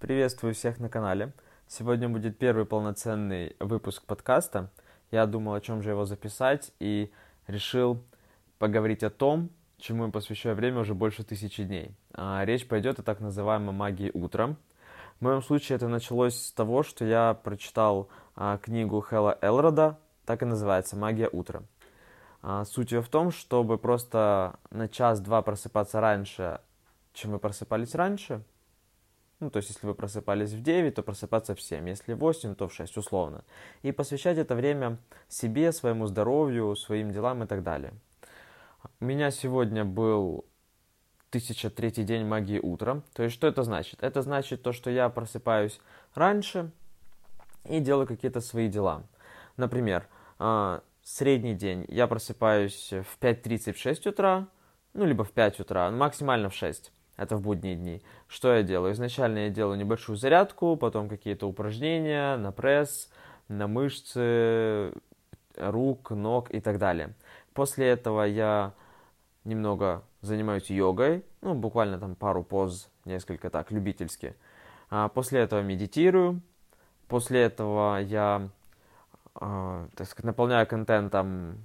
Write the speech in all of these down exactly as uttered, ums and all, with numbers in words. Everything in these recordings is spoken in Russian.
Приветствую всех на канале. Сегодня будет первый полноценный выпуск подкаста. Я думал, о чем же его записать, и решил поговорить о том, чему я посвящаю время уже больше тысячи дней. А, речь пойдет о так называемой магии утра. В моем случае это началось с того, что я прочитал а, книгу Хэлла Элрода, так и называется «Магия утра». А, суть ее в том, чтобы просто на час-два просыпаться раньше, чем вы просыпались раньше. Ну, то есть, если вы просыпались в девять, то просыпаться в семь. Если в восемь, то в шесть, условно. И посвящать это время себе, своему здоровью, своим делам и так далее. У меня сегодня был тысяча третий день магии утра. То есть, что это значит? Это значит то, что я просыпаюсь раньше и делаю какие-то свои дела. Например, средний день я просыпаюсь в пять тридцать в шесть утра, ну, либо в пять утра, ну, максимально в шесть. Это в будние дни. Что я делаю? Изначально я делаю небольшую зарядку, потом какие-то упражнения на пресс, на мышцы рук, ног и так далее. После этого я немного занимаюсь йогой, ну, буквально там пару поз, несколько так, любительски. А после этого медитирую. После этого я, э, так сказать, наполняю контентом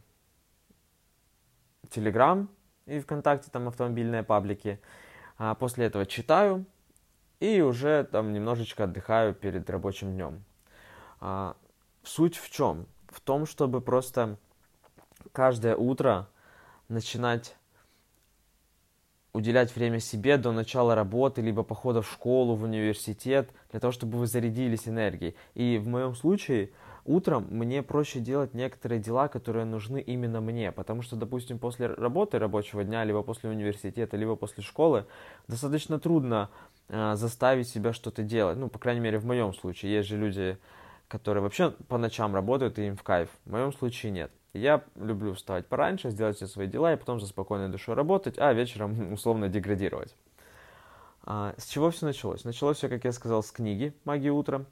Telegram и ВКонтакте, там автомобильные паблики. А после этого читаю и уже там немножечко отдыхаю перед рабочим днем. А, суть в чем? В том, чтобы просто каждое утро начинать уделять время себе до начала работы, либо похода в школу, в университет, для того, чтобы вы зарядились энергией. И в моем случае утром мне проще делать некоторые дела, которые нужны именно мне, потому что, допустим, после работы рабочего дня, либо после университета, либо после школы, достаточно трудно э, заставить себя что-то делать. Ну, по крайней мере, в моем случае. Есть же люди, которые вообще по ночам работают, и им в кайф. В моем случае нет. Я люблю вставать пораньше, сделать все свои дела, и потом за спокойной душой работать, а вечером условно деградировать. А, с чего все началось? Началось все, как я сказал, с книги «Магия утра».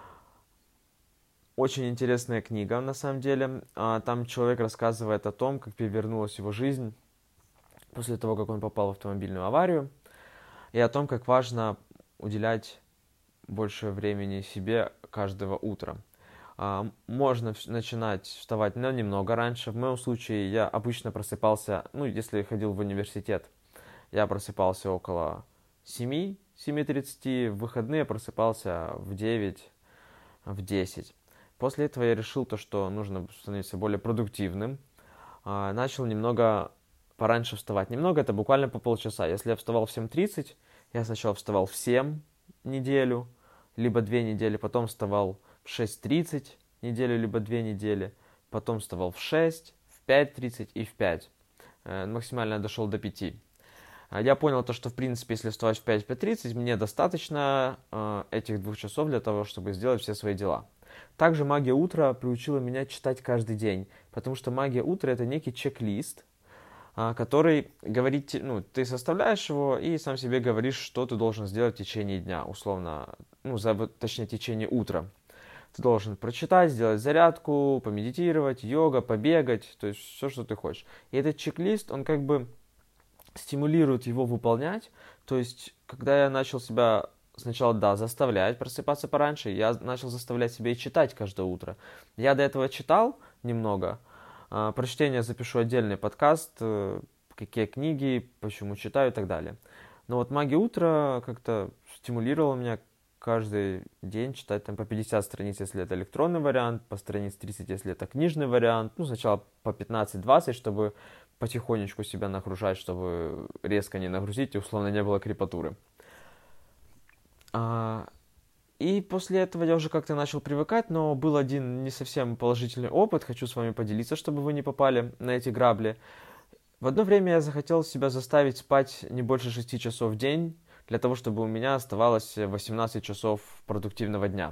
Очень интересная книга, на самом деле. А, там человек рассказывает о том, как перевернулась его жизнь после того, как он попал в автомобильную аварию, и о том, как важно уделять больше времени себе каждого утра. Можно начинать вставать, но немного раньше. В моем случае я обычно просыпался, ну, если я ходил в университет, я просыпался около семи, семи тридцати, в выходные просыпался в девять, в десять. После этого я решил то, что нужно становиться более продуктивным. Начал немного пораньше вставать. Немного, это буквально по полчаса. Если я вставал в семь тридцать, я сначала вставал в семь неделю, либо две недели, потом вставал в шесть тридцать неделю, либо две недели, потом вставал в шесть, в пять тридцать и в пять. Максимально я дошел до пяти. Я понял то, что в принципе, если вставать в пять тридцать, мне достаточно э, этих двух часов для того, чтобы сделать все свои дела. Также магия утра приучила меня читать каждый день, потому что магия утра — это некий чек-лист, э, который говорит, ну, ты составляешь его и сам себе говоришь, что ты должен сделать в течение дня, условно, ну, за, точнее, в течение утра. Ты должен прочитать, сделать зарядку, помедитировать, йога, побегать, то есть все, что ты хочешь. И этот чек-лист, он как бы стимулирует его выполнять. То есть, когда я начал себя сначала, да, заставлять просыпаться пораньше, я начал заставлять себя и читать каждое утро. Я до этого читал немного. Про чтение запишу отдельный подкаст, какие книги, почему читаю и так далее. Но вот магия утра как-то стимулировала меня каждый день читать там по пятьдесят страниц, если это электронный вариант, по страниц тридцать, если это книжный вариант. Ну, сначала по пятнадцать-двадцать, чтобы потихонечку себя нагружать, чтобы резко не нагрузить и условно не было крепатуры. А, и после этого я уже как-то начал привыкать, но был один не совсем положительный опыт, хочу с вами поделиться, чтобы вы не попали на эти грабли. В одно время я захотел себя заставить спать не больше шести часов в день, для того, чтобы у меня оставалось восемнадцать часов продуктивного дня.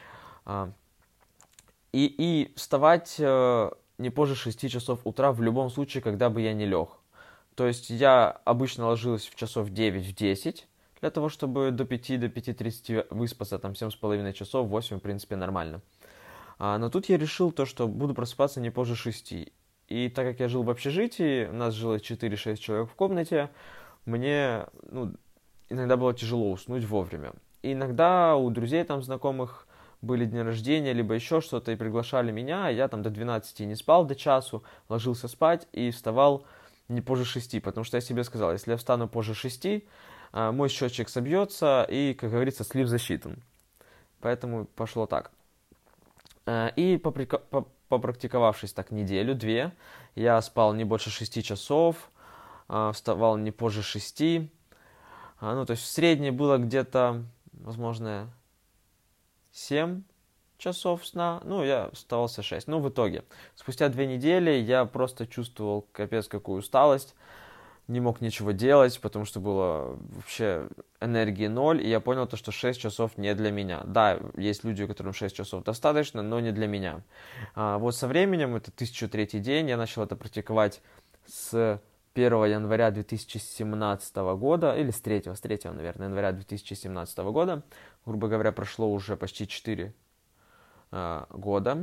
И, и вставать не позже шести часов утра в любом случае, когда бы я не лег. То есть я обычно ложился в часов девять, в десять, для того, чтобы до пяти, до пяти тридцати выспаться, там семь с половиной часов, восемь, в принципе, нормально. Но тут я решил то, что буду просыпаться не позже шести. И так как я жил в общежитии, у нас жило четыре-шесть человек в комнате, мне, ну, иногда было тяжело уснуть вовремя. И иногда у друзей там знакомых были дни рождения, либо еще что-то, и приглашали меня, а я там до двенадцати не спал, до часу, ложился спать и вставал не позже шести, потому что я себе сказал, если я встану позже шести, мой счетчик собьется, и, как говорится, слив засчитан. Поэтому пошло так. И попрактиковавшись так неделю-две, я спал не больше шести часов, вставал не позже шести. Ну, то есть в среднем было где-то, возможно, семь часов сна. Ну, я вставался шесть. Ну, в итоге, спустя две недели я просто чувствовал капец какую усталость. Не мог ничего делать, потому что было вообще энергии ноль, и я понял то, что шесть часов не для меня. Да, есть люди, которым шесть часов достаточно, но не для меня. А вот со временем, это тысяча третий день, я начал это практиковать с первого января две тысячи семнадцатого года, или с третьего, с третьего, наверное, января две тысячи семнадцатого года. Грубо говоря, прошло уже почти четыре а, года.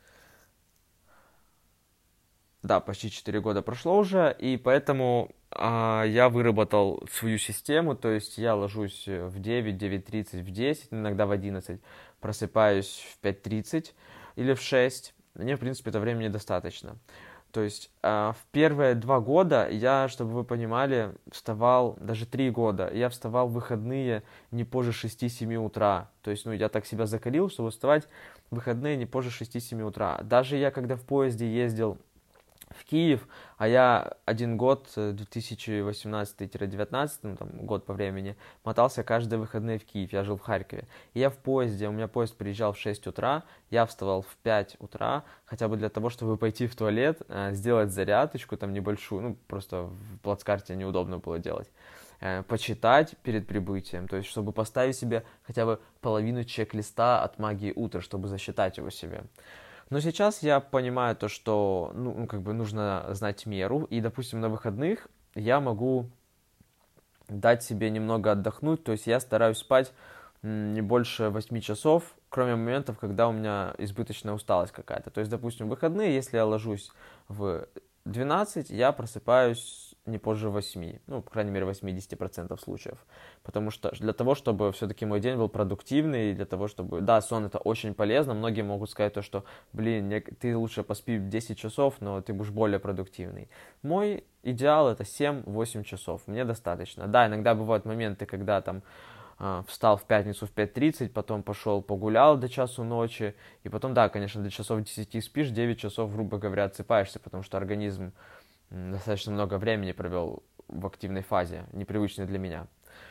Да, почти четыре года прошло уже, и поэтому а, я выработал свою систему, то есть я ложусь в девять, девять тридцать, в десять, иногда в одиннадцать, просыпаюсь в пять тридцать или в шесть, мне, в принципе, это времени достаточно. То есть а, в первые два года я, чтобы вы понимали, вставал, даже три года, я вставал в выходные не позже шести-семи утра, то есть, ну, я так себя закалил, чтобы вставать в выходные не позже шести-семи утра. Даже я, когда в поезде ездил в Киев, а я один год, две тысячи восемнадцатый — девятнадцатый, ну, там, год по времени, мотался каждые выходные в Киев, я жил в Харькове. И я в поезде, у меня поезд приезжал в шесть утра, я вставал в пять утра, хотя бы для того, чтобы пойти в туалет, сделать зарядочку там небольшую, ну, просто в плацкарте неудобно было делать, почитать перед прибытием, то есть, чтобы поставить себе хотя бы половину чек-листа от магии утра, чтобы засчитать его себе. Но сейчас я понимаю то, что ну, как бы нужно знать меру, и, допустим, на выходных я могу дать себе немного отдохнуть, то есть я стараюсь спать не больше восьми часов, кроме моментов, когда у меня избыточная усталость какая-то. То есть, допустим, в выходные, если я ложусь в двенадцать, я просыпаюсь не позже восьми, ну, по крайней мере, восемьдесят процентов случаев. Потому что для того, чтобы все-таки мой день был продуктивный, для того, чтобы... Да, сон это очень полезно, многие могут сказать то, что, блин, ты лучше поспи десять часов, но ты будешь более продуктивный. Мой идеал это семь-восемь часов, мне достаточно. Да, иногда бывают моменты, когда там встал в пятницу в пять тридцать, потом пошел погулял до часу ночи, и потом, да, конечно, до часов десяти спишь, девять часов, грубо говоря, отсыпаешься, потому что организм достаточно много времени провел в активной фазе, непривычной для меня.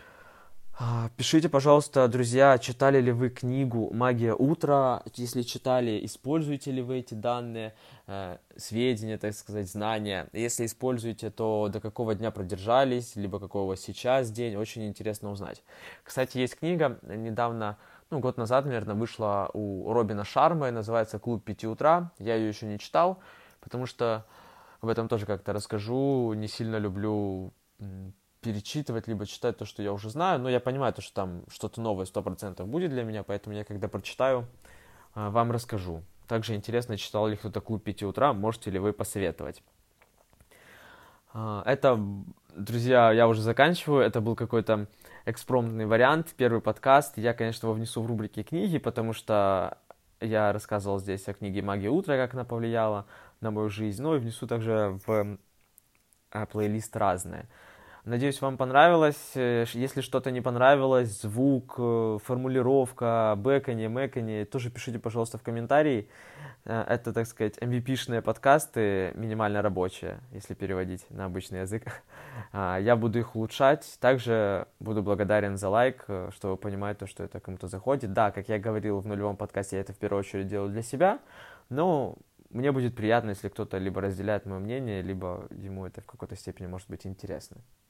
Пишите, пожалуйста, друзья, читали ли вы книгу «Магия утра», если читали, используете ли вы эти данные, э, сведения, так сказать, знания, если используете, то до какого дня продержались, либо какого сейчас день, очень интересно узнать. Кстати, есть книга, недавно, ну, год назад, наверное, вышла у Робина Шармы, называется «Клуб пяти утра», я ее еще не читал, потому что об этом тоже как-то расскажу, не сильно люблю перечитывать, либо читать то, что я уже знаю, но я понимаю, то, что там что-то новое сто процентов будет для меня, поэтому я, когда прочитаю, вам расскажу. Также интересно, читал ли кто-то «Клуб пяти утра», можете ли вы посоветовать. Это, друзья, я уже заканчиваю, это был какой-то экспромтный вариант, первый подкаст, я, конечно, его внесу в рубрике книги, потому что я рассказывал здесь о книге «Магия утра», как она повлияла на мою жизнь, ну и внесу также в плейлист разные. Надеюсь, вам понравилось. Если что-то не понравилось, звук, формулировка, бэканье, мэканье, тоже пишите, пожалуйста, в комментарии. Это, так сказать, эм ви пи-шные подкасты, минимально рабочие, если переводить на обычный язык. Я буду их улучшать. Также буду благодарен за лайк, что вы понимаете, что это кому-то заходит. Да, как я говорил в нулевом подкасте, я это в первую очередь делаю для себя, но мне будет приятно, если кто-то либо разделяет мое мнение, либо ему это в какой-то степени может быть интересно.